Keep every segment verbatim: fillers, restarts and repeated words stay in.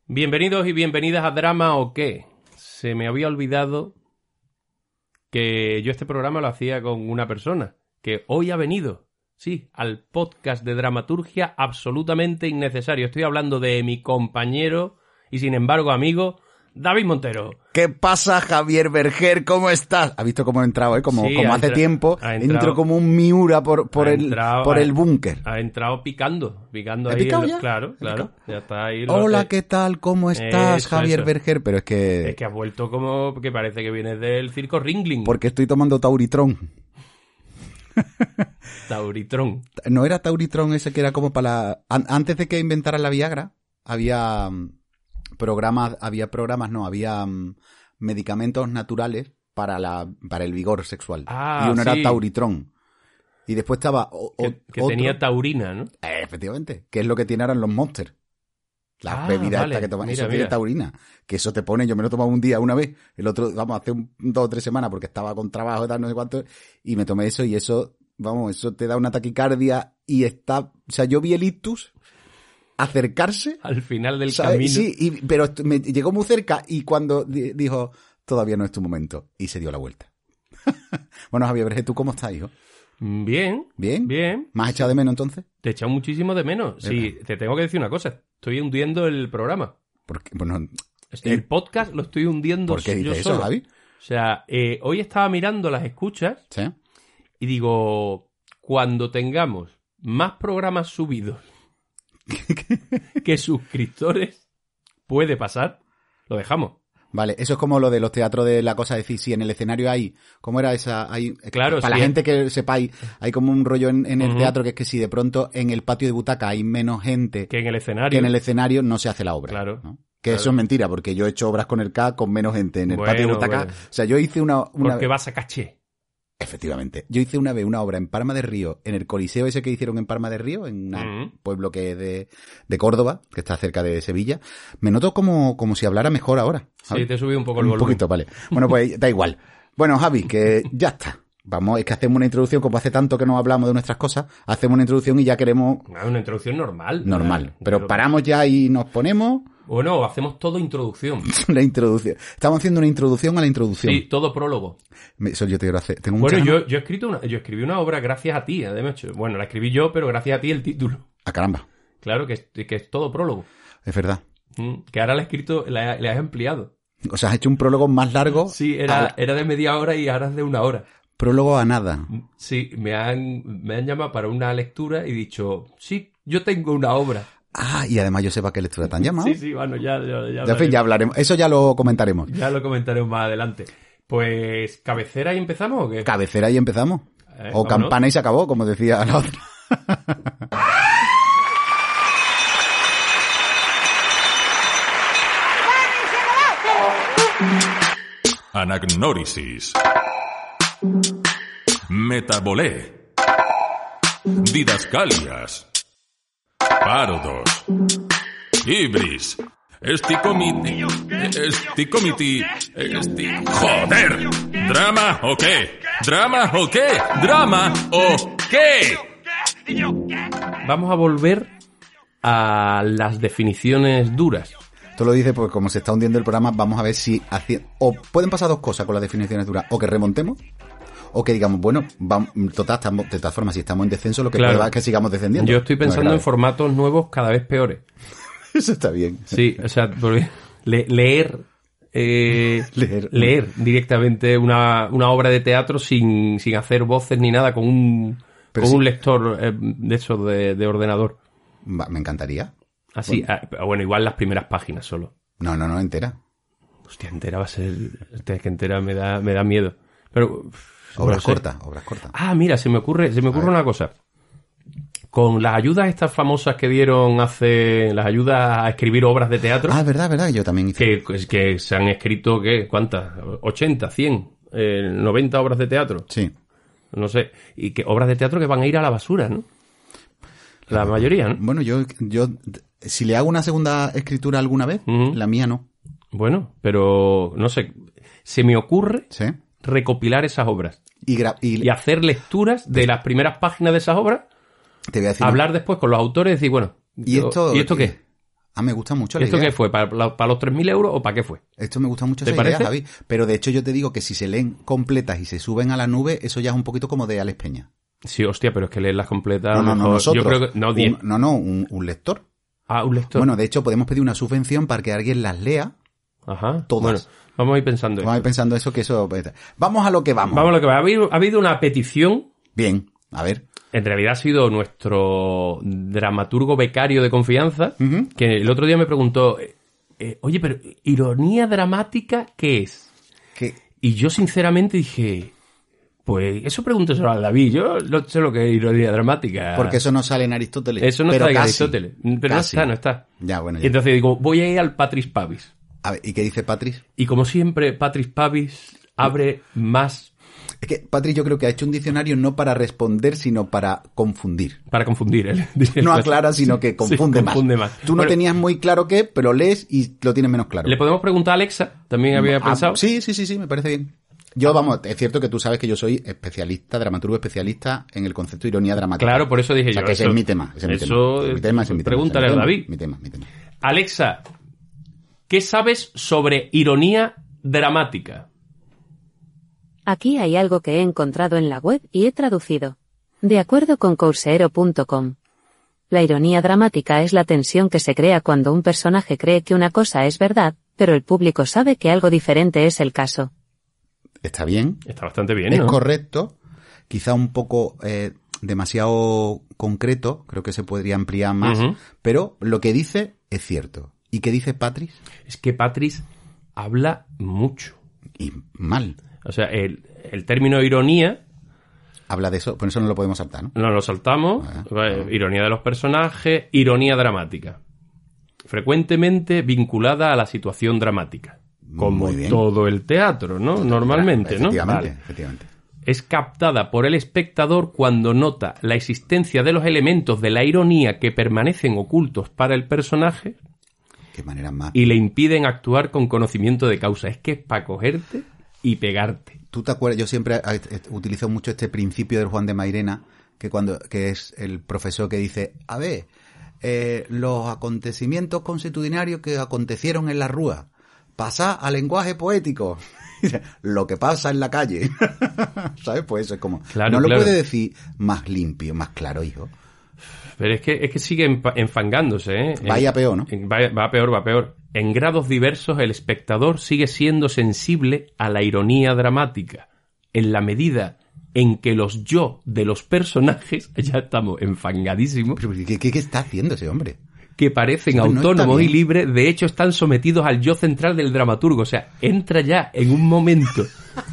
Bienvenidos y bienvenidas a Drama o qué. Se me había olvidado que yo este programa lo hacía con una persona que hoy ha venido, sí, al podcast de dramaturgia absolutamente innecesario. Estoy hablando de mi compañero y sin embargo amigo David Montero. ¿Qué pasa, Javier Berger? ¿Cómo estás? ¿Has visto cómo he entrado, eh? Como, Sí, como hace entra- tiempo, entrado, entro como un Miura por, por el, entrado, por ha, el búnker. Ha entrado picando, picando ¿He ahí. picado en ya? lo, claro, ¿He claro. picado? Ya está ahí. Lo, Hola, eh, ¿qué tal? ¿Cómo estás, eso, Javier eso. Berger? Pero es que... Es que has vuelto como que parece que vienes del circo Ringling. Porque estoy tomando Tauritron. Tauritron. ¿No era Tauritron ese que era como para la... An- antes de que inventaran la Viagra, había mm, programas, había programas, no, había mm, medicamentos naturales para la para el vigor sexual. Ah, y uno sí. era Tauritron. Y después estaba o- o- Que, que otro- tenía taurina, ¿no? Eh, efectivamente, que es lo que tienen ahora los Monsters. Las Ah, bebidas vale. estas que toman. Mira, Eso mira. tiene taurina. Que eso te pone, yo me lo he tomado un día, una vez. El otro, vamos, hace un, dos o tres semanas porque estaba con trabajo y tal, no sé cuánto. Y me tomé eso y eso, vamos, eso te da una taquicardia y está... O sea, yo vi el ictus acercarse. Al final del ¿sabes? camino. Sí, y, pero est- me llegó muy cerca y cuando di- dijo, todavía no es tu momento. Y se dio la vuelta. Bueno, Javier Berger, ¿tú cómo estás, hijo? Bien, ¿Bien? bien. ¿Me has echado de menos entonces? Te he echado muchísimo de menos. Sí, te tengo que decir una cosa. Estoy hundiendo el programa. Porque, bueno, El podcast lo estoy hundiendo ¿por qué yo dices eso, solo. Javi? O sea, eh, hoy estaba mirando las escuchas ¿Sí? y digo, cuando tengamos más programas subidos que suscriptores, puede pasar, lo dejamos. Vale, eso es como lo de los teatros de la cosa de decir, si en el escenario hay, ¿cómo era esa? Hay, Claro, para sí. la gente que sepáis, hay como un rollo en, en el Ujú. teatro que es que si de pronto en el patio de butaca hay menos gente Que en el escenario... que en el escenario, no se hace la obra. Claro. ¿no? Que Claro. eso es mentira, porque yo he hecho obras con el K con menos gente en el Bueno, patio de butaca. bueno. O sea, yo hice una, una Porque vas a caché. Efectivamente. Yo hice una vez una obra en Palma de Río, en el Coliseo ese que hicieron en Palma de Río, en un Ujú. pueblo que es de, de Córdoba, que está cerca de Sevilla. Me noto como, como si hablara mejor ahora. ¿sabes? Sí, te he subido un poco el Un volumen. poquito, vale. Bueno, pues da igual. Bueno, Javi, que ya está. Vamos, es que hacemos una introducción, como hace tanto que no hablamos de nuestras cosas, hacemos una introducción y ya queremos Ah, una introducción normal. normal. Ah, Pero paramos ya y nos ponemos Bueno, hacemos todo introducción. la introducción. Estamos haciendo una introducción a la introducción. Sí, todo prólogo. Me- Eso yo te quiero hacer. Tengo Bueno, muchas ganas- yo, yo he escrito una, yo escribí una obra gracias a ti, además. Bueno, la escribí yo, pero gracias a ti el título. Ah, caramba. Claro, que es, que es todo prólogo. Es verdad. Mm, Que ahora la he escrito, la, la has ampliado. O sea, has hecho un prólogo más largo. Sí, era, a- era de media hora y ahora es de una hora. Prólogo a nada. Sí, me han, me han llamado para una lectura y dicho, sí, yo tengo una obra. Ah, y además yo sepa qué lectura te han llamado. Sí, sí, bueno, ya, ya, ya, Ya, en fin, ya hablaremos. Eso ya lo comentaremos. ya lo comentaremos más adelante. Pues, ¿cabecera y empezamos o qué? Cabecera y empezamos. Eh, o vámonos. campana y se acabó, como decía la otra. Anagnórisis. Metabolé. Didascalias. Parodos. Ibris. Esticomiti. Esticomiti. Esti... ¡Joder! ¿Drama o qué? ¿Drama o qué? ¿Drama o qué? Vamos a volver a las definiciones duras. Esto lo dice porque como se está hundiendo el programa, vamos a ver si... haci- O pueden pasar dos cosas con las definiciones duras. O que remontemos, o que digamos, bueno, vamos, total, estamos, de todas formas, si estamos en descenso, lo que Claro. puede es que sigamos descendiendo. Yo estoy No es pensando en grave. formatos nuevos cada vez peores. Eso está bien. Sí, o sea, porque le- leer, eh, Leer. leer directamente una, una obra de teatro sin, sin hacer voces ni nada, con un, Pero con sí. un lector eh, de esos de, de ordenador. Va, me encantaría. Así, ah, bueno, igual las primeras páginas solo. No, no, no, entera. Hostia, entera va a ser... Hostia, es que entera me da, me da miedo. Pero... uf, Obras no sé. cortas, obras cortas. Ah, mira, se me ocurre, se me ocurre una cosa. Con las ayudas estas famosas que dieron hace... Las ayudas a escribir obras de teatro... Ah, es verdad, verdad, yo también hice. que, pues, que se han escrito, ¿qué? ¿Cuántas? ochenta, cien, eh, noventa obras de teatro. Sí. No sé. Y que obras de teatro que van a ir a la basura, ¿no? La mayoría, ¿no? Bueno, yo, yo, si le hago una segunda escritura alguna vez, Ujú. la mía no. Bueno, pero no sé. Se me ocurre ¿Sí? recopilar esas obras Y, gra- y y hacer lecturas de las primeras páginas de esas obras, te voy a decir... hablar después con los autores y decir, bueno, ¿Y yo- esto, ¿y esto qué? Ah, me gusta mucho la ¿Esto idea. qué fue? ¿Para, la- para los tres mil euros o para qué fue? Esto me gusta mucho ¿Te esa idea, parece? Javi. Pero de hecho yo te digo que si se leen completas y se suben a la nube, eso ya es un poquito como de Alex Peña. Sí, hostia, pero es que leerlas completas... No, a lo no, no, mejor- nosotros. Yo creo que... No, diez. Un- no, no, un, un lector. Ah, un lector. Bueno, de hecho podemos pedir una subvención para que alguien las lea. Ajá. todas. Bueno, vamos a ir pensando Vamos a ir eso. pensando eso, que eso... Vamos a lo que vamos. Vamos a lo que va. Ha habido, ha habido una petición. Bien, a ver. En realidad ha sido nuestro dramaturgo becario de confianza, Ujú. que el otro día me preguntó, eh, eh, oye, pero ¿ironía dramática qué es? Que Y yo sinceramente dije, pues eso pregúnteselo a David, yo no sé lo que es ironía dramática. Porque eso no sale en Aristóteles. Eso no pero está en casi, Aristóteles. Pero casi. no está, no está. Ya, bueno, Y ya. entonces digo, voy a ir al Patris Pavis. A ver, ¿y qué dice Patrick? Y como siempre, Patris Pavis abre más Es que Patrick yo creo que ha hecho un diccionario no para responder, sino para confundir. para confundir. ¿eh? No aclara, sino que confunde, Sí, confunde más. más. Tú no Bueno, tenías muy claro qué, pero lees y lo tienes menos claro. Le podemos preguntar a Alexa, también había Ah, pensado. sí, sí, sí, sí, me parece bien. Yo, vamos, es cierto que tú sabes que yo soy especialista, dramaturgo especialista en el concepto de ironía dramática. Claro, por eso dije O sea, yo, que ese eso- es mi tema. Ese es mi eso, tema. Ese es mi tema, ese es mi tema, pregúntale ese es mi a tema, David. Mi tema, mi tema. Alexa, ¿qué sabes sobre ironía dramática? Aquí hay algo que he encontrado en la web y he traducido. De acuerdo con coursero punto com. La ironía dramática es la tensión que se crea cuando un personaje cree que una cosa es verdad, pero el público sabe que algo diferente es el caso. Está bien, Está bastante bien, es ¿no? correcto, quizá un poco eh, demasiado concreto, creo que se podría ampliar más, Ujú. pero lo que dice es cierto. ¿Y qué dice Patrick? Es que Patris habla mucho. Y mal. O sea, el, el término ironía Habla de eso, por eso no lo podemos saltar, ¿no? nos lo saltamos. Ah, eh, Ironía de los personajes, ironía dramática. Frecuentemente vinculada a la situación dramática. Como Muy bien. todo el teatro, ¿no? Normalmente, ¿no? Efectivamente, Vale. efectivamente. Es captada por el espectador cuando nota la existencia de los elementos de la ironía que permanecen ocultos para el personaje Qué manera más. y le impiden actuar con conocimiento de causa. Es que es para cogerte y pegarte. ¿Tú te acuerdas? Yo siempre eh, eh, utilizo mucho este principio del Juan de Mairena, que cuando que es el profesor que dice, a ver, eh, los acontecimientos consuetudinarios que acontecieron en la Rúa, pasá al lenguaje poético. Lo que pasa en la calle. ¿Sabes? Pues eso es como... Claro, no lo claro. puede decir más limpio, más claro, hijo. Pero es que, es que sigue empa- enfangándose, ¿eh? Vaya peor, ¿no? En- Va, va peor, va peor. En grados diversos, el espectador sigue siendo sensible a la ironía dramática, en la medida en que los yo de los personajes, ya estamos enfangadísimos, Pero, ¿Qué, qué, qué está haciendo ese hombre? que parecen Sí, pero no está autónomos y bien. libres, de hecho están sometidos al yo central del dramaturgo. O sea, entra ya en un momento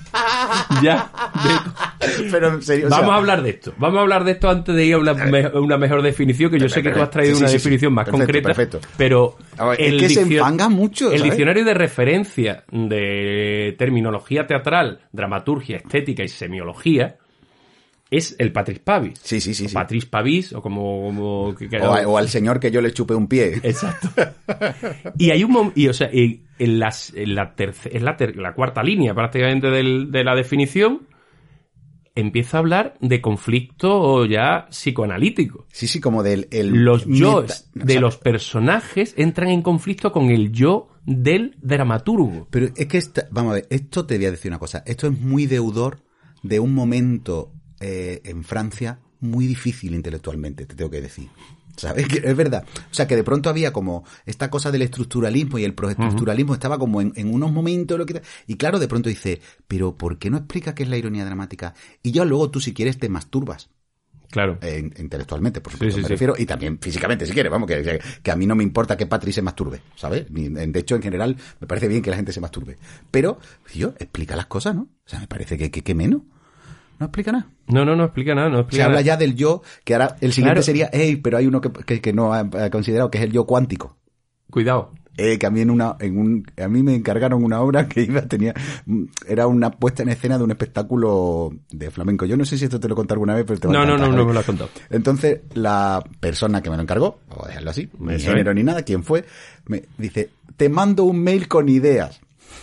ya de- Pero en serio, o Vamos sea, a hablar de esto. Vamos a hablar de esto antes de ir a una, me- una mejor definición, que yo sé que tú has traído Sí, sí, una sí, sí. definición más Perfecto, concreta. perfecto. Pero A ver, es que se diccio- enfanga mucho, El ¿sabes? diccionario de referencia de terminología teatral, dramaturgia, estética y semiología es el Patris Pavis. Sí, sí, sí, O sí. Patris Pavis, o como... como que- que- O, a- o al señor que yo le chupé un pie. Exacto. Y hay un mom- y o sea, y en las en la terce- es la, ter- la cuarta línea prácticamente del- de la definición empieza a hablar de conflicto ya psicoanalítico. Sí, sí, como del... El Los yo meta- o de sea, los personajes entran en conflicto con el yo del dramaturgo. Pero es que, esta, vamos a ver, esto te voy a decir una cosa. Esto es muy deudor de un momento eh, en Francia muy difícil intelectualmente, te tengo que decir. ¿Sabes? Que es verdad. O sea, que de pronto había como esta cosa del estructuralismo y el proestructuralismo estaba como en, en unos momentos... Lo que, y claro, de pronto dice, pero ¿por qué no explica qué es la ironía dramática? Y ya luego tú, si quieres, te masturbas. Claro. Eh, intelectualmente, por supuesto, Sí, sí, me sí. refiero, y también físicamente, si quieres, vamos, que, que, que a mí no me importa que Patri se masturbe, ¿sabes? Ni- De hecho, en general, me parece bien que la gente se masturbe. Pero, tío, explica las cosas, ¿no? O sea, me parece que, que, que menos. No explica nada. No, no, no explica nada, no Se explica habla nada. ya del yo, que ahora el siguiente Claro. sería, hey, pero hay uno que, que, que no ha, ha considerado, que es el yo cuántico. Cuidado. Eh, que a mí en una, en un, a mí me encargaron una obra que iba, tenía, era una puesta en escena de un espectáculo de flamenco. Yo no sé si esto te lo conté alguna vez, pero te va a No, no, encantar, no, no ¿vale? me lo has contado. Entonces, la persona que me lo encargó, vamos a dejarlo así, ni Eso género es. ni nada, ¿quién fue? Me dice, te mando un mail con ideas.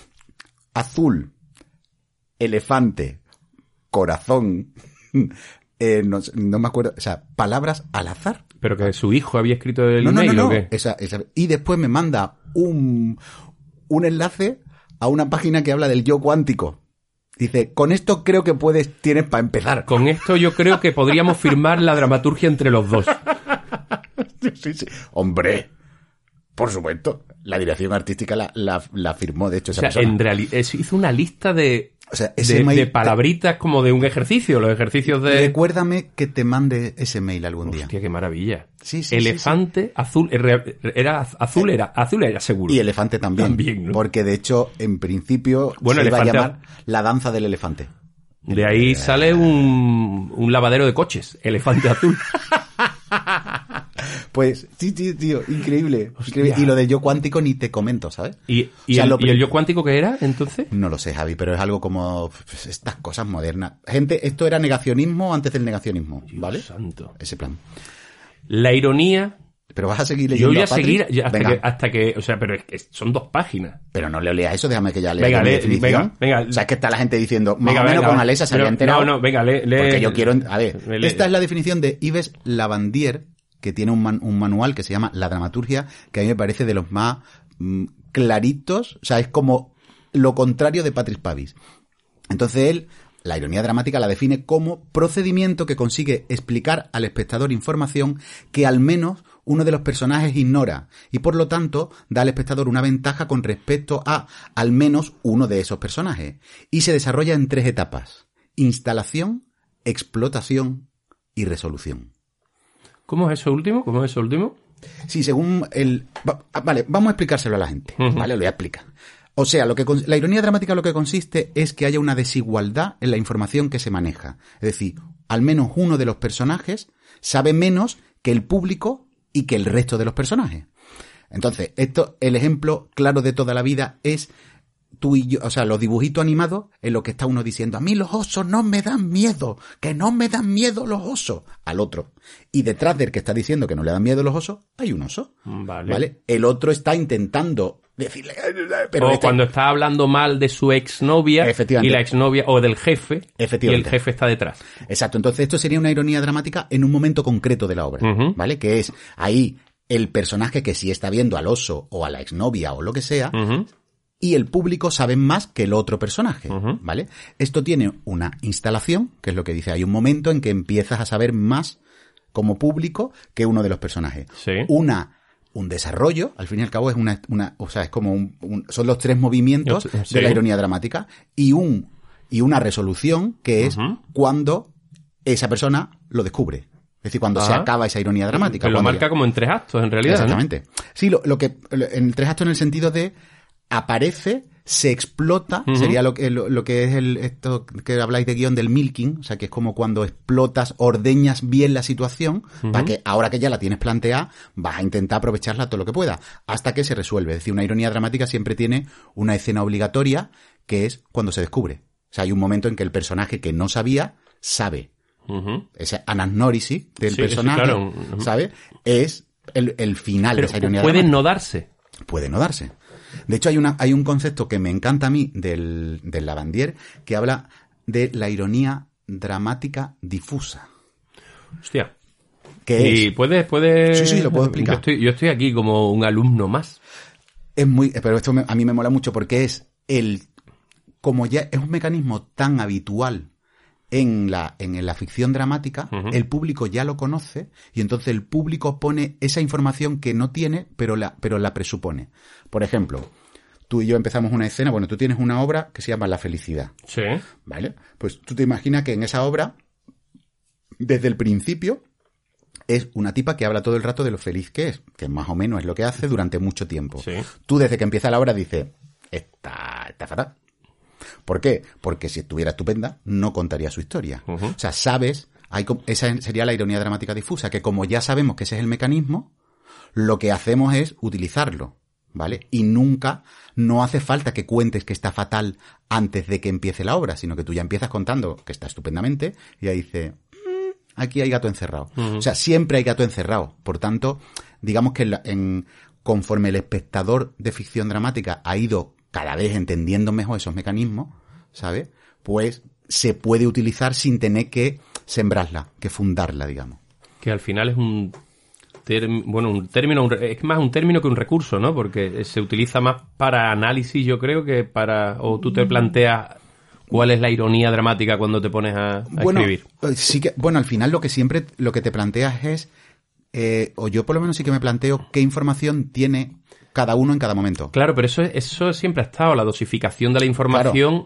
Azul, elefante, corazón, eh, no, sé, no me acuerdo, o sea, palabras al azar. ¿Pero que su hijo había escrito el No, no, email no, no. o qué? Esa, esa. Y después me manda un, un enlace a una página que habla del yo cuántico. Dice, con esto creo que puedes, tienes para empezar. Con esto yo creo que podríamos firmar la dramaturgia entre los dos. Sí, sí. Hombre, por supuesto. La dirección artística la, la, la firmó, de hecho, esa O sea, persona. en realidad hizo una lista de, O sea, ese de, mail de te- palabritas como de un ejercicio, los ejercicios de... Recuérdame que te mande ese mail algún día. Hostia, qué maravilla. Sí, sí, Elefante, azul, era, era azul, era azul era seguro. Y elefante también. También, ¿no? Porque de hecho, en principio, Bueno, se iba a elefante- llamar la danza del elefante. De ahí sale un, un lavadero de coches, elefante azul. Pues, sí, sí, tío, increíble, increíble. Y lo del yo cuántico ni te comento, ¿sabes? ¿Y, y, O sea, el, lo y el prim- yo cuántico qué era, entonces? No lo sé, Javi, pero es algo como pues, estas cosas modernas. Gente, esto era negacionismo antes del negacionismo, ¿vale? Dios santo. Ese plan. La ironía... Pero vas a seguir Yo leyendo voy a a Patrick? seguir ya hasta Venga, que, hasta que... O sea, pero es que son dos páginas. pero no le leas eso, déjame que ya lea Venga, yo mi lee, definición. venga, venga. O sea, es que está la gente diciendo, más Venga, o menos venga, con va. Alexa se Pero- había enterado. No, no, venga, lee... lee- Porque yo quiero... A ver, lee- esta es la definición de Yves Lavandier, que tiene un, man- un manual que se llama La Dramaturgia, que a mí me parece de los más mm, claritos. O sea, es como lo contrario de Patrick Pavis. Entonces él, la ironía dramática la define como procedimiento que consigue explicar al espectador información que al menos uno de los personajes ignora y por lo tanto da al espectador una ventaja con respecto a al menos uno de esos personajes. Y se desarrolla en tres etapas: instalación, explotación y resolución. ¿Cómo es eso último? ¿Cómo es eso último? Sí, según el... va- Vale, vamos a explicárselo a la gente. Ujú. Vale, lo voy a explicar. O sea, lo que con- la ironía dramática lo que consiste es que haya una desigualdad en la información que se maneja. Es decir, al menos uno de los personajes sabe menos que el público y que el resto de los personajes. Entonces, esto, el ejemplo claro de toda la vida es tú y yo, o sea, los dibujitos animados en los que está uno diciendo, a mí los osos no me dan miedo, que no me dan miedo los osos, al otro. Y detrás del que está diciendo que no le dan miedo los osos, hay un oso. Vale. ¿Vale? El otro está intentando decirle, pero o este- cuando está hablando mal de su exnovia Efectivamente. y la exnovia, o del jefe, y el Efectivamente. jefe está detrás. Exacto, entonces esto sería una ironía dramática en un momento concreto de la obra, Ujú. ¿vale? Que es ahí el personaje que sí está viendo al oso o a la exnovia o lo que sea, Ujú. y el público sabe más que el otro personaje, Ujú. ¿vale? Esto tiene una instalación, que es lo que dice, hay un momento en que empiezas a saber más como público que uno de los personajes. Sí. Una un desarrollo, al fin y al cabo es una, una o sea, es como un, un- son los tres movimientos Yo- sí. de la ironía dramática y un y una resolución que es Ujú. cuando esa persona lo descubre. Es decir, cuando se Ajá. acaba esa ironía dramática. Que lo cuando marca ya- como en tres actos, en realidad. ¿no? Exactamente. Sí, lo, lo que en tres actos en el sentido de aparece, se explota, Ujú. sería lo que lo, lo que es el esto que habláis de guión del milking, o sea, que es como cuando explotas, ordeñas bien la situación para que ahora que ya la tienes planteada, vas a intentar aprovecharla todo lo que pueda, hasta que se resuelve. Es decir, una ironía dramática siempre tiene una escena obligatoria que es cuando se descubre. O sea, hay un momento en que el personaje que no sabía sabe. Ujú. Esa anagnórisis del Sí, sí, personaje, claro. Ujú. ¿sabe? Es el, el final Pero de esa ironía puede dramática. no darse. Puede no darse. De hecho, hay una, hay un concepto que me encanta a mí del, del Lavandier que habla de la ironía dramática difusa. Hostia. Que Y es, puedes, puedes... Sí, sí, lo puedo explicar. Yo estoy, yo estoy aquí como un alumno más. es muy, pero esto me- a mí me mola mucho porque es el, como ya es un mecanismo tan habitual en la, en la ficción dramática, Ujú. el público ya lo conoce y entonces el público pone esa información que no tiene, pero la, pero la presupone. Por ejemplo, tú y yo empezamos una escena, bueno, tú tienes una obra que se llama La felicidad, Sí. ¿vale? Pues tú te imaginas que en esa obra, desde el principio, es una tipa que habla todo el rato de lo feliz que es, que más o menos es lo que hace durante mucho tiempo. Sí. Tú desde que empieza la obra dices, está, está fatal. ¿Por qué? Porque si estuviera estupenda, no contaría su historia. Ujú. O sea, sabes, hay, com- esa sería la ironía dramática difusa, que como ya sabemos que ese es el mecanismo, lo que hacemos es utilizarlo, ¿vale? Y nunca, no hace falta que cuentes que está fatal antes de que empiece la obra, sino que tú ya empiezas contando que está estupendamente y ahí dice, "Mm, aquí hay gato encerrado". Ujú. O sea, siempre hay gato encerrado. Por tanto, digamos que en, la- en- conforme el espectador de ficción dramática ha ido cada vez entendiendo mejor esos mecanismos, ¿sabes? Pues se puede utilizar sin tener que sembrarla, que fundarla, digamos. Que al final es un term- bueno, un término, un re- es más un término que un recurso, ¿no? Porque se utiliza más para análisis, yo creo, que para... O tú te planteas cuál es la ironía dramática cuando te pones a, a bueno, escribir. eh, sí que, bueno, al final lo que siempre, lo que te planteas es, eh, o yo por lo menos sí que me planteo qué información tiene cada uno en cada momento. Claro, pero eso, eso siempre ha estado. La dosificación de la información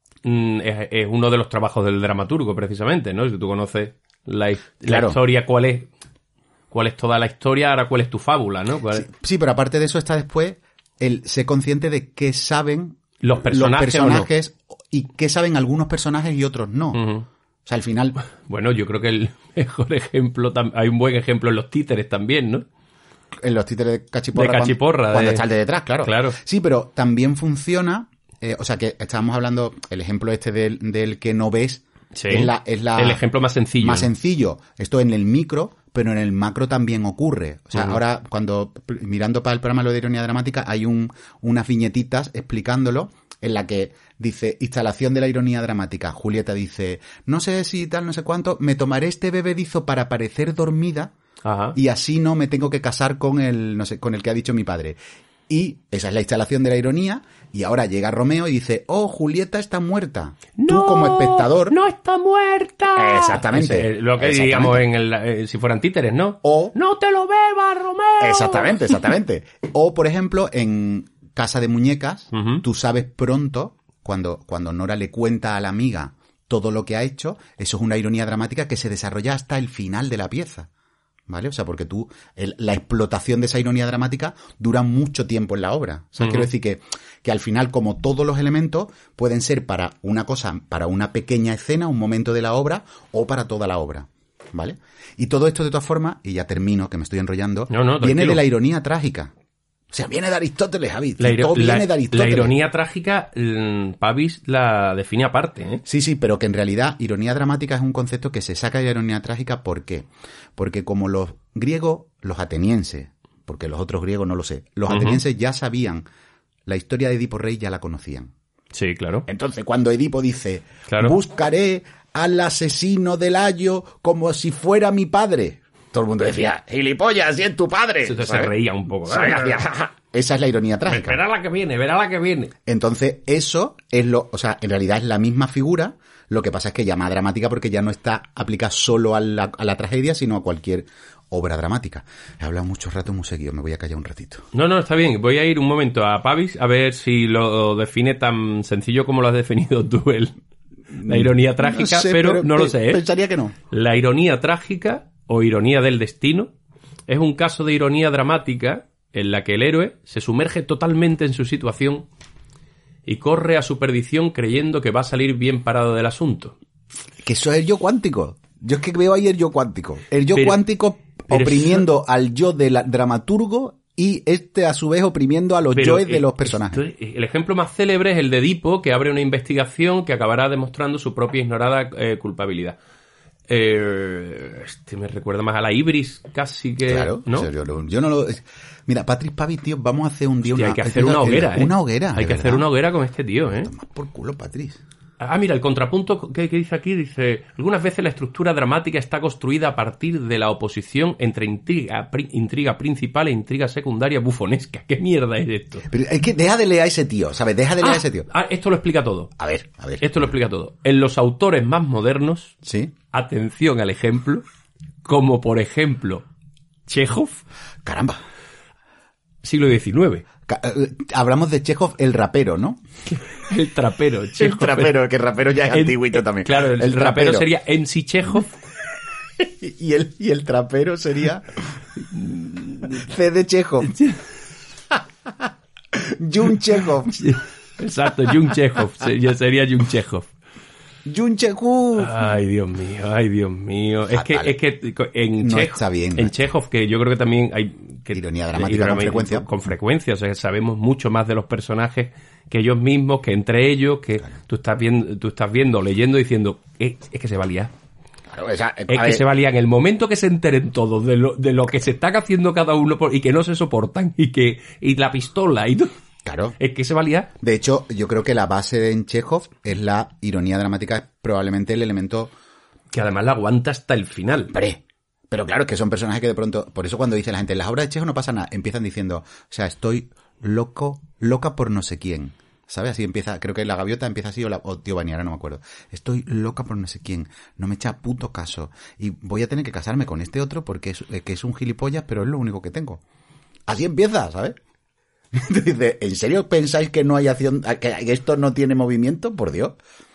mm, es, es uno de los trabajos del dramaturgo, precisamente, ¿no? Si tú conoces la, his- la Claro. historia, cuál es, cuál es toda la historia, ahora cuál es tu fábula, ¿no? ¿Cuál Sí, es- sí, pero aparte de eso está después el ser consciente de qué saben Los personajes o no. personajes y qué saben algunos personajes y otros no. Ujú. O sea, al final, Bueno, yo creo que el mejor ejemplo, tam- hay un buen ejemplo en los títeres también, ¿no? en los títeres de cachiporra, De cachiporra, cuando, cuando de- está el de detrás, claro. Claro. Sí, pero también funciona, eh, o sea, que estábamos hablando, el ejemplo este del, del que no ves, Sí. es la, es la... El ejemplo más sencillo. Más sencillo. Esto en el micro, pero en el macro también ocurre. O sea, Ujú. ahora, cuando, mirando para el programa lo de ironía dramática, hay un, unas viñetitas explicándolo, en la que dice, instalación de la ironía dramática. Julieta dice, no sé si tal, no sé cuánto, me tomaré este bebedizo para parecer dormida, Ajá. y así no me tengo que casar con el, no sé, con el que ha dicho mi padre. Y esa es la instalación de la ironía, y ahora llega Romeo y dice, oh, Julieta está muerta. Tú como espectador... ¡No está muerta! Exactamente. Ese es lo que Exactamente. diríamos en el, eh, si fueran títeres, ¿no? O- ¡No te lo bebas, Romeo! Exactamente, exactamente. O, por ejemplo, en Casa de Muñecas, Ujú. tú sabes pronto, cuando, cuando Nora le cuenta a la amiga todo lo que ha hecho, eso es una ironía dramática que se desarrolla hasta el final de la pieza. ¿Vale? O sea, porque tú, el- la explotación de esa ironía dramática dura mucho tiempo en la obra. O sea, Ujú. quiero decir que, que al final, como todos los elementos, pueden ser para una cosa, para una pequeña escena, un momento de la obra, o para toda la obra. ¿Vale? Y todo esto, de todas formas, y ya termino, que me estoy enrollando, No, no, viene tranquilo. de la ironía trágica. O sea, viene de Aristóteles, Javi. La, iro- Todo la- viene de Aristóteles. la ironía trágica, mm, Pavis la define aparte, ¿eh? Sí, sí, pero que en realidad ironía dramática es un concepto que se saca de la ironía trágica. ¿Por qué? Porque como los griegos, los atenienses, porque los otros griegos no lo sé, los Ujú. atenienses ya sabían la historia de Edipo Rey, ya la conocían. Sí, claro. Entonces, cuando Edipo dice, Claro. buscaré al asesino del Ayo como si fuera mi padre, todo el mundo decía, gilipollas, si es tu padre. Entonces se ¿sabes? reía un poco. ¿Sabes? Hacía, "Ja, ja". Esa es la ironía trágica. Verá la que viene, verá la que viene. Entonces, eso es lo, o sea, en realidad es la misma figura, lo que pasa es que llama dramática porque ya no está aplicada solo a la, a la tragedia, sino a cualquier obra dramática. He hablado mucho rato muy seguido, me voy a callar un ratito. No, no, está bien. Voy a ir un momento a Pavis a ver si lo define tan sencillo como lo has definido tú, el, la ironía trágica, No sé, pero, no pe- lo sé, ¿eh? Pensaría que no. La ironía trágica o ironía del destino es un caso de ironía dramática en la que el héroe se sumerge totalmente en su situación y corre a su perdición creyendo que va a salir bien parado del asunto. Que eso es el yo cuántico. Yo es que veo ahí el yo cuántico. El yo Pero- cuántico pero oprimiendo al yo del dramaturgo y este a su vez oprimiendo a los Pero, yoes de eh, los personajes. esto es- el ejemplo más célebre es el de Edipo, que abre una investigación que acabará demostrando su propia ignorada eh, culpabilidad. Eh, este me recuerda más a la Ibris, casi que... Claro, ¿no? o sea, yo, no- yo no lo... Mira, Patrick Pavis, tío, vamos a hacer un día Hostia, una... hay que hacer una hoguera, ¿eh? Una hoguera, Hay de que hacer verdad. una hoguera con este tío, ¿eh? Toma por culo, Patrick. Ah, mira, el contrapunto que, que dice aquí, dice, algunas veces la estructura dramática está construida a partir de la oposición entre intriga, pri- intriga principal e intriga secundaria bufonesca. ¿Qué mierda es esto? Pero es que deja de leer a ese tío, ¿sabes? Deja de leer a ese tío. Ah, esto lo explica todo. A ver, a ver. Esto lo explica todo. En los autores más modernos, ¿Sí? atención al ejemplo, como por ejemplo Chekhov, Caramba. siglo diecinueve. Ca- eh, Hablamos de Chekhov, el rapero, ¿no? El trapero. El Chekhov. trapero, que el rapero ya es En- antiguito también. Claro, el, rapero sería M C Chekhov. Y el, y el trapero sería C de Chekhov. Jun Chekhov. Exacto, Jung Chekhov. Se- Sería Jung Chekhov. Jun Chekhov. Ay, Dios mío, ay, Dios mío. Es que, Fatal. es que en, No Chej- está bien, no en está Chekhov, que yo creo que también hay... Que, Ironía dramática con frecuencia. Con, con frecuencia, o sea, que sabemos mucho más de los personajes que ellos mismos, que entre ellos, que tú estás viendo, tú estás viendo, leyendo, diciendo, "Eh, es que se va a liar". Claro, o sea, Es a que ver, se va a liar. En el momento que se enteren todos de lo, de lo que se están haciendo cada uno por- y que no se soportan y que y la pistola y todo, Claro. es que se va a liar. De hecho, yo creo que la base en Chekhov es la ironía dramática, es probablemente el elemento Que además la aguanta hasta el final. pre. Pero claro, es que son personajes que de pronto... Por eso cuando dice la gente, en las obras de Chekhov no pasa nada, empiezan diciendo, o sea, estoy loco, loca por no sé quién. ¿Sabes? Así empieza, creo que la gaviota empieza así, o, la, o Tío Bani, ahora no me acuerdo. Estoy loca por no sé quién, no me echa puto caso. Y voy a tener que casarme con este otro porque es, que es un gilipollas, pero es lo único que tengo. Así empieza, ¿sabes? Dice, ¿en serio pensáis que no hay acción, que esto no tiene movimiento? Por Dios.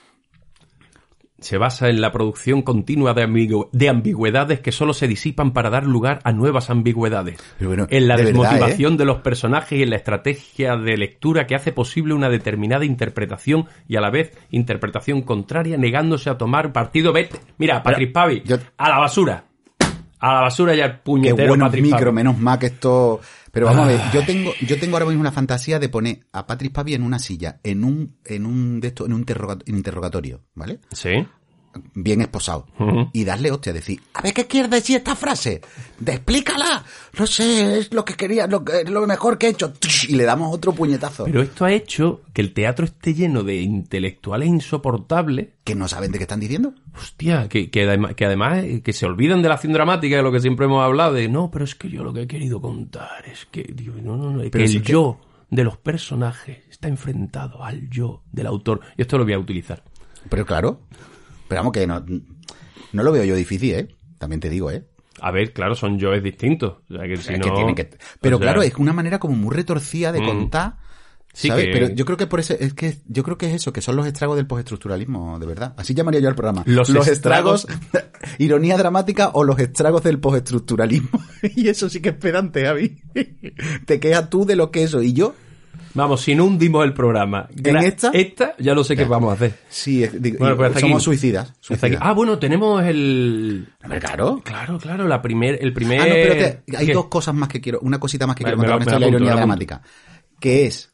Se basa en la producción continua de, ambigu- de ambigüedades que solo se disipan para dar lugar a nuevas ambigüedades. Bueno, en la de desmotivación verdad, ¿eh? de los personajes y en la estrategia de lectura que hace posible una determinada interpretación y a la vez interpretación contraria, negándose a tomar partido. Vete, mira, Patrick Pavi, yo- a la basura. A la basura ya el Qué puñetero buenos Patrick micro, Pavi. menos mal que esto... Pero vamos a ver, yo tengo, yo tengo ahora mismo una fantasía de poner a Patrick Pavi en una silla, en un, en un de esto, en un interroga- interrogatorio, ¿vale? Sí. Bien esposado. Ujú. Y darle hostia, decir, a ver qué quiere decir esta frase. De, explícala. No sé, es lo que quería, lo, que- lo mejor que he hecho. Y le damos otro puñetazo. Pero esto ha hecho que el teatro esté lleno de intelectuales insoportables. Que no saben de qué están diciendo. Hostia, que, que, además, que además eh, que se olvidan de la acción dramática, de lo que siempre hemos hablado, de no, pero es que yo lo que he querido contar es que, digo, no, no, no, es que Pero el sí que- yo de los personajes está enfrentado al yo del autor. Y esto lo voy a utilizar. Pero claro. Pero vamos que no, no lo veo yo difícil, ¿eh? También te digo, ¿eh? A ver, claro, son yoes distintos. O sea, que si Es no... que tienen que... Pero o sea, claro, es una manera como muy retorcida de Mm. contar. Sí, ¿sabes? que- Pero yo creo que por eso, es que yo creo que es eso, que son los estragos del postestructuralismo, de verdad. Así llamaría yo al programa. Los estragos, ironía dramática o los estragos del postestructuralismo. Y eso sí que es pedante, Javi. Te quejas tú de lo que eso. Y yo, Vamos, si no hundimos el programa... ¿En gra- esta? Esta, ya no sé qué vamos a hacer. sí, es- digo, Bueno, pues hasta somos aquí. suicidas. Hasta aquí. suicidas. Ah, bueno, tenemos el... Hombre, claro. Claro, claro, la primer, el primer... Ah, no, espérate, hay ¿Qué? dos cosas más que quiero, una cosita más que Vale, quiero contar me con la- esto de me la la apunto, ironía me la apunto. dramática. Que es,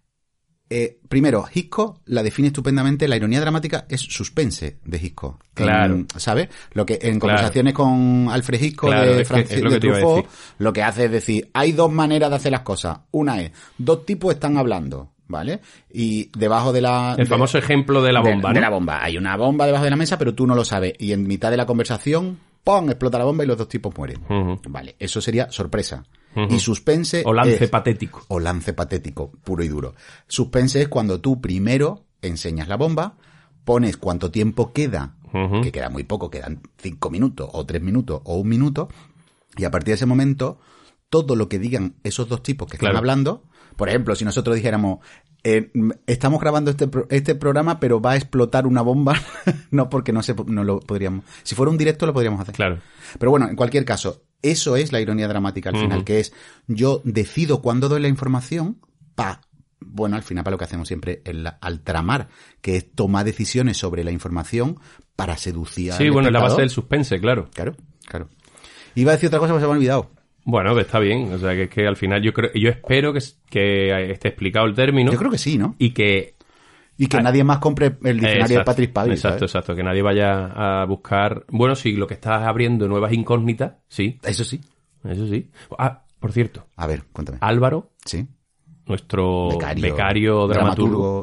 eh, primero, Hitchcock la define estupendamente, la ironía dramática es suspense de Hitchcock. Claro. En, ¿sabes? Lo que en Claro. conversaciones con Alfred Hitchcock Claro, de, es que Francis, es lo que de te iba a Truffaut, decir. lo que hace es decir, hay dos maneras de hacer las cosas. Una es, dos tipos están hablando, ¿vale? Y debajo de la... El de- famoso ejemplo de la de- bomba, de ¿no? la bomba. Hay una bomba debajo de la mesa, pero tú no lo sabes. Y en mitad de la conversación, ¡pum!, explota la bomba y los dos tipos mueren. Ujú. Vale, eso sería sorpresa. Ujú. Y suspense O lance es- patético. o lance patético, puro y duro. Suspense es cuando tú primero enseñas la bomba, pones cuánto tiempo queda, Ujú. que queda muy poco, quedan cinco minutos, o tres minutos, o un minuto, y a partir de ese momento, todo lo que digan esos dos tipos que están Claro. hablando, por ejemplo, si nosotros dijéramos, eh, estamos grabando este, pro- este programa, pero va a explotar una bomba, no porque no se, no lo podríamos, si fuera un directo lo podríamos hacer. Claro. Pero bueno, en cualquier caso, eso es la ironía dramática al Ujú. final, que es yo decido cuándo doy la información pa, bueno, al final para lo que hacemos siempre el- al tramar, que es tomar decisiones sobre la información para seducir Sí, al bueno, es la base espectador. del suspense, claro. Claro, claro. Iba a decir otra cosa, pero se me ha olvidado. Bueno, está bien. O sea, que es que al final yo creo, yo espero que, que esté explicado el término Yo creo que sí, ¿no? y que... Y que Ah, nadie más compre el diccionario de Exacto, Patrick Pavi, Exacto, ¿sabes? exacto. Que nadie vaya a buscar... Bueno, sí, lo que estás abriendo nuevas incógnitas, sí, Eso sí. eso sí. Ah, por cierto, A ver, cuéntame. Álvaro, Sí. nuestro Becario, becario, dramaturgo, dramaturgo.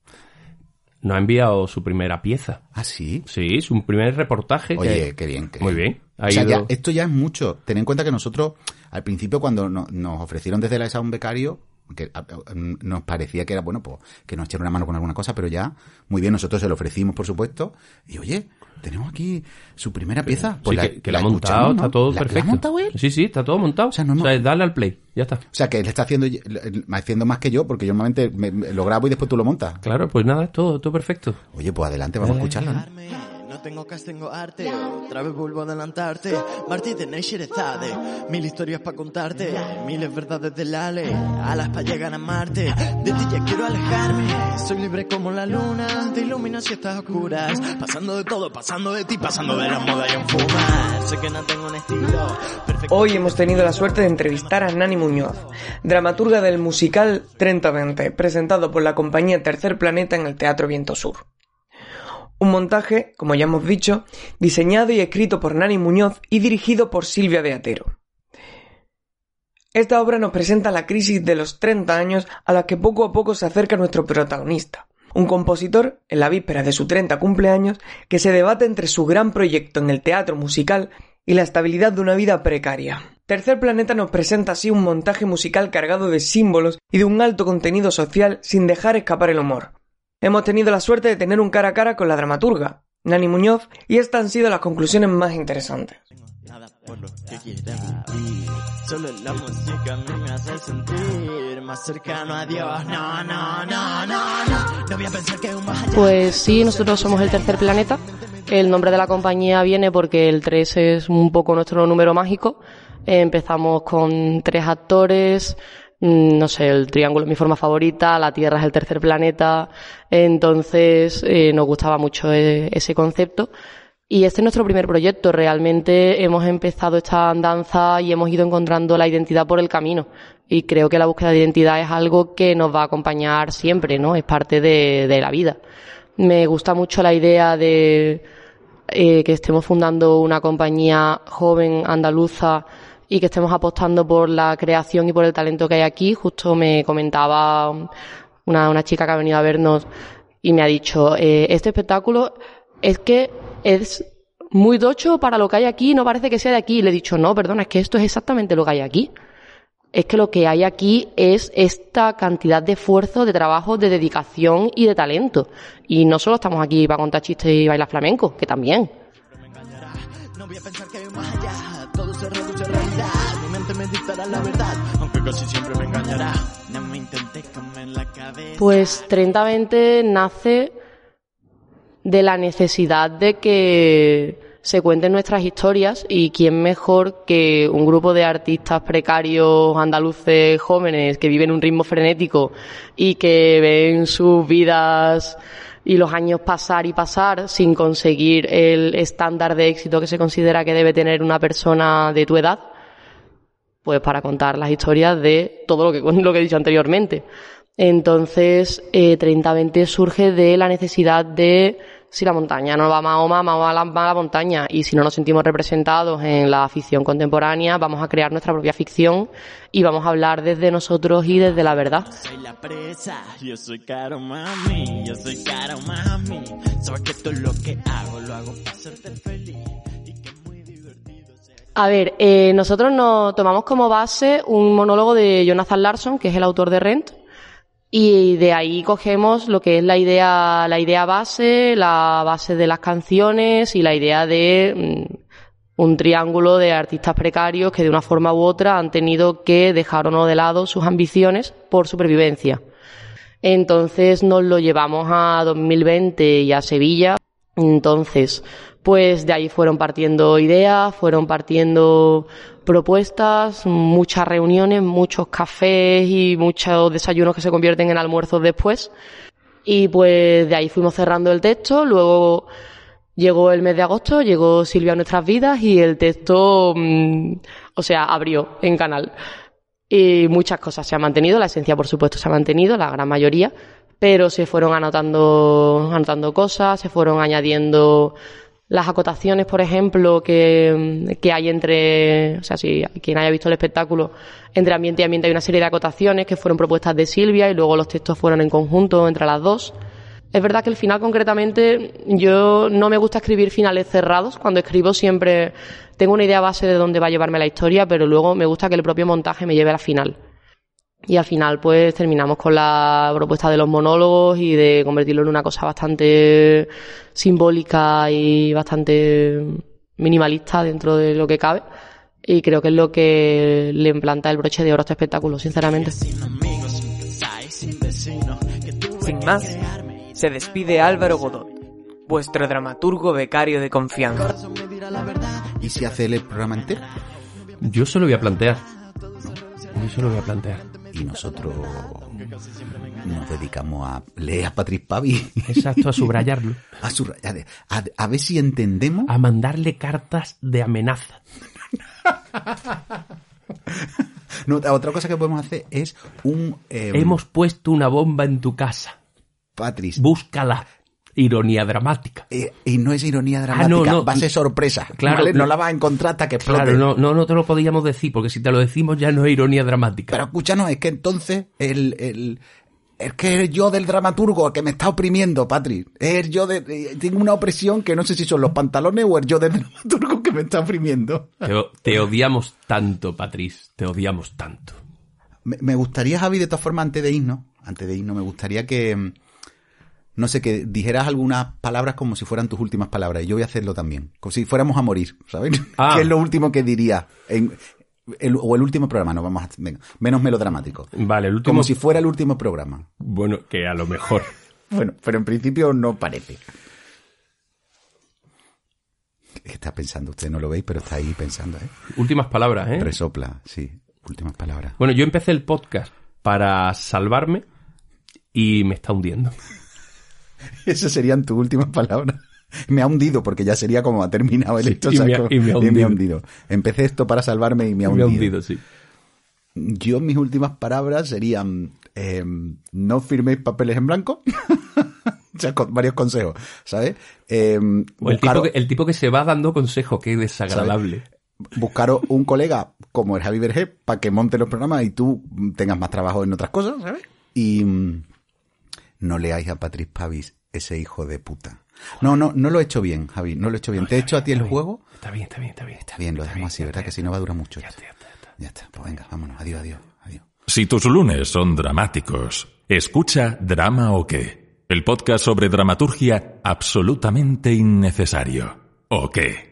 nos ha enviado su primera pieza. Ah, sí. Sí, su primer reportaje. que- Oye, qué bien. qué Muy bien. Ha O sea, ido- ya, esto ya es mucho. Ten en cuenta que nosotros, al principio, cuando no- nos ofrecieron desde la E S A un becario, que a- a- nos parecía que era, bueno, pues, que nos echara una mano con alguna cosa, pero ya, muy bien, nosotros se lo ofrecimos, por supuesto, y oye, tenemos aquí su primera pieza. Pues sí, la, que, que la la ha montado, escuchamos, ¿no? está todo ¿La- la ha perfecto. montado él? Sí, sí, está todo montado. O sea, no hemos- darle al play, ya está. O sea, que él está haciendo, haciendo más que yo, porque yo normalmente me- me lo grabo y después tú lo montas. Claro, pues nada, es todo, todo perfecto. Oye, pues adelante, vamos a escucharlo, ¿no? No tengo cas, tengo arte. Otra vez vuelvo a adelantarte. Martí de Neisherezade. Mil historias para contarte. Miles verdades del Ale. Alas para llegar a Marte. De ti ya quiero alejarme. Soy libre como la luna. Te ilumino si estás oscuras. Pasando de todo, pasando de ti, pasando de la moda y en fumar. Sé que no tengo un estilo perfecto. Hoy hemos tenido la suerte de entrevistar a Nani Muñoz, dramaturga del musical treinta veinte, presentado por la compañía Tercer Planeta en el Teatro Viento Sur. Un montaje, como ya hemos dicho, diseñado y escrito por Nani Muñoz y dirigido por Silvia de Atero. Esta obra nos presenta la crisis de los treinta años a la que poco a poco se acerca nuestro protagonista, un compositor, en la víspera de su treinta cumpleaños, que se debate entre su gran proyecto en el teatro musical y la estabilidad de una vida precaria. Tercer Planeta nos presenta así un montaje musical cargado de símbolos y de un alto contenido social sin dejar escapar el humor. Hemos tenido la suerte de tener un cara a cara con la dramaturga, Nani Muñoz, y estas han sido las conclusiones más interesantes. Por lo que quiera vivir, solo la música a mí me hace sentir más cercano a Dios. No, no, no, no, no. No voy a pensar que un más allá. Pues sí, nosotros somos el Tercer Planeta. El nombre de la compañía viene porque el tres es un poco nuestro número mágico. Eh, empezamos con tres actores. No sé, el triángulo es mi forma favorita, la Tierra es el tercer planeta. Entonces eh, nos gustaba mucho eh, ese concepto. Y este es nuestro primer proyecto. Realmente hemos empezado esta andanza y hemos ido encontrando la identidad por el camino. Y creo que la búsqueda de identidad es algo que nos va a acompañar siempre, ¿no? Es parte de, de la vida. Me gusta mucho la idea de eh, que estemos fundando una compañía joven andaluza y que estemos apostando por la creación y por el talento que hay aquí. Justo me comentaba una, una chica que ha venido a vernos y me ha dicho, eh, este espectáculo es que es muy tocho para lo que hay aquí, no parece que sea de aquí. Y le he dicho, no, perdona, es que esto es exactamente lo que hay aquí. Es que lo que hay aquí es esta cantidad de esfuerzo, de trabajo, de dedicación y de talento. Y no solo estamos aquí para contar chistes y bailar flamenco, que también. No voy a pensar que hay un más allá, todo se reduce a realidad. Mi mente me dictará la verdad, aunque casi siempre me engañará. No me intenté comer la cabeza. Pues treinta veinte nace de la necesidad de que se cuenten nuestras historias, y quién mejor que un grupo de artistas precarios andaluces jóvenes que viven un ritmo frenético y que ven sus vidas y los años pasar y pasar sin conseguir el estándar de éxito que se considera que debe tener una persona de tu edad, pues para contar las historias de todo lo que, lo que he dicho anteriormente. Entonces, eh, treinta veinte surge de la necesidad de, si la montaña no va a Mahoma, vamos a la, a la montaña, y si no nos sentimos representados en la ficción contemporánea, vamos a crear nuestra propia ficción y vamos a hablar desde nosotros y desde la verdad. Soy la presa, yo soy caro mami, yo soy caro mami. Sabes que todo lo que hago lo hago para hacerte feliz y que es muy divertido. A ver, eh, nosotros nos tomamos como base un monólogo de Jonathan Larson, que es el autor de Rent. Y de ahí cogemos lo que es la idea, la idea base, la base de las canciones y la idea de mm, un triángulo de artistas precarios que de una forma u otra han tenido que dejar o no de lado sus ambiciones por supervivencia. Entonces nos lo llevamos a dos mil veinte y a Sevilla. Entonces, pues de ahí fueron partiendo ideas, fueron partiendo propuestas, muchas reuniones, muchos cafés y muchos desayunos que se convierten en almuerzos después. Y pues de ahí fuimos cerrando el texto. Luego llegó el mes de agosto, llegó Silvia a nuestras vidas y el texto, mmm, o sea, abrió en canal. Y muchas cosas se han mantenido, la esencia por supuesto se ha mantenido, la gran mayoría, pero se fueron anotando, anotando cosas, se fueron añadiendo las acotaciones, por ejemplo, que, que hay entre, o sea, si quien haya visto el espectáculo, entre ambiente y ambiente hay una serie de acotaciones que fueron propuestas de Silvia y luego los textos fueron en conjunto entre las dos. Es verdad que el final concretamente, yo no me gusta escribir finales cerrados. Cuando escribo siempre tengo una idea base de dónde va a llevarme la historia, pero luego me gusta que el propio montaje me lleve al final. Y al final pues terminamos con la propuesta de los monólogos y de convertirlo en una cosa bastante simbólica y bastante minimalista dentro de lo que cabe. Y creo que es lo que le implanta el broche de oro a este espectáculo, sinceramente. Sin más, se despide Álvaro Godot, vuestro dramaturgo becario de confianza. ¿Y si hace el programa entero? Yo se lo voy a plantear. Yo se lo voy a plantear. Y nosotros nos dedicamos a leer a Patrick Pavi. Exacto, a subrayarlo. A, subrayar, a, a ver si entendemos. A mandarle cartas de amenaza. No, otra cosa que podemos hacer es un... Eh, Hemos puesto una bomba en tu casa. Patrick. Búscala. Ironía dramática. Eh, y no es ironía dramática, ah, no, no. va a ser sorpresa. Claro, ¿vale? No la vas a encontrar hasta que explote. Claro, no, no, no te lo podíamos decir, porque si te lo decimos ya no es ironía dramática. Pero escúchanos, es que entonces el, el, Es que eres yo del dramaturgo que me está oprimiendo, Patri. Es yo de... Tengo una opresión que no sé si son los pantalones o el yo del dramaturgo que me está oprimiendo. Te, te odiamos tanto, Patrice. Te odiamos tanto. Me, me gustaría, Javi, de todas formas, antes de irnos, antes de irnos, me gustaría que... No sé, que dijeras algunas palabras como si fueran tus últimas palabras. Y yo voy a hacerlo también. Como si fuéramos a morir, ¿sabes? Ah. ¿Qué es lo último que diría? En, el, o el último programa, no vamos a... Venga, menos melodramático. Vale, el último... Como si fuera el último programa. Bueno, que a lo mejor. Bueno, pero en principio no parece. Está pensando, ustedes no lo veis, pero está ahí pensando, ¿eh? Últimas palabras, ¿eh? Resopla, sí. Últimas palabras. Bueno, yo empecé el podcast para salvarme y me está hundiendo. Esas serían tus últimas palabras. Me ha hundido, porque ya sería como ha terminado el Sí, hecho. y, o sea, me ha, como- y me ha y hundido. me ha hundido. Empecé esto para salvarme y me ha Me ha hundido. hundido, sí. Yo, mis últimas palabras serían, eh, no firméis papeles en blanco. O sea, con varios consejos, ¿sabes? Eh, O el, buscaros- tipo que, el tipo que se va dando consejos, qué desagradable. buscaros un colega como el Javi Vergé para que monte los programas y tú tengas más trabajo en otras cosas, ¿sabes? Y mm, no leáis a Patrice Pavis, ese hijo de puta. No, no, no lo he hecho bien, Javi, no lo he hecho bien. No, Te he está hecho a bien, ti el está bien. juego. Está bien, está bien, está bien. Está bien, lo Está dejamos así, ya ¿verdad? está, Que si no va a durar mucho. Ya esto. está, ya está, ya está. Ya está, pues venga, vámonos. Adiós, adiós, adiós. Si tus lunes son dramáticos, escucha Drama o qué, el podcast sobre dramaturgia absolutamente innecesario. ¿O qué?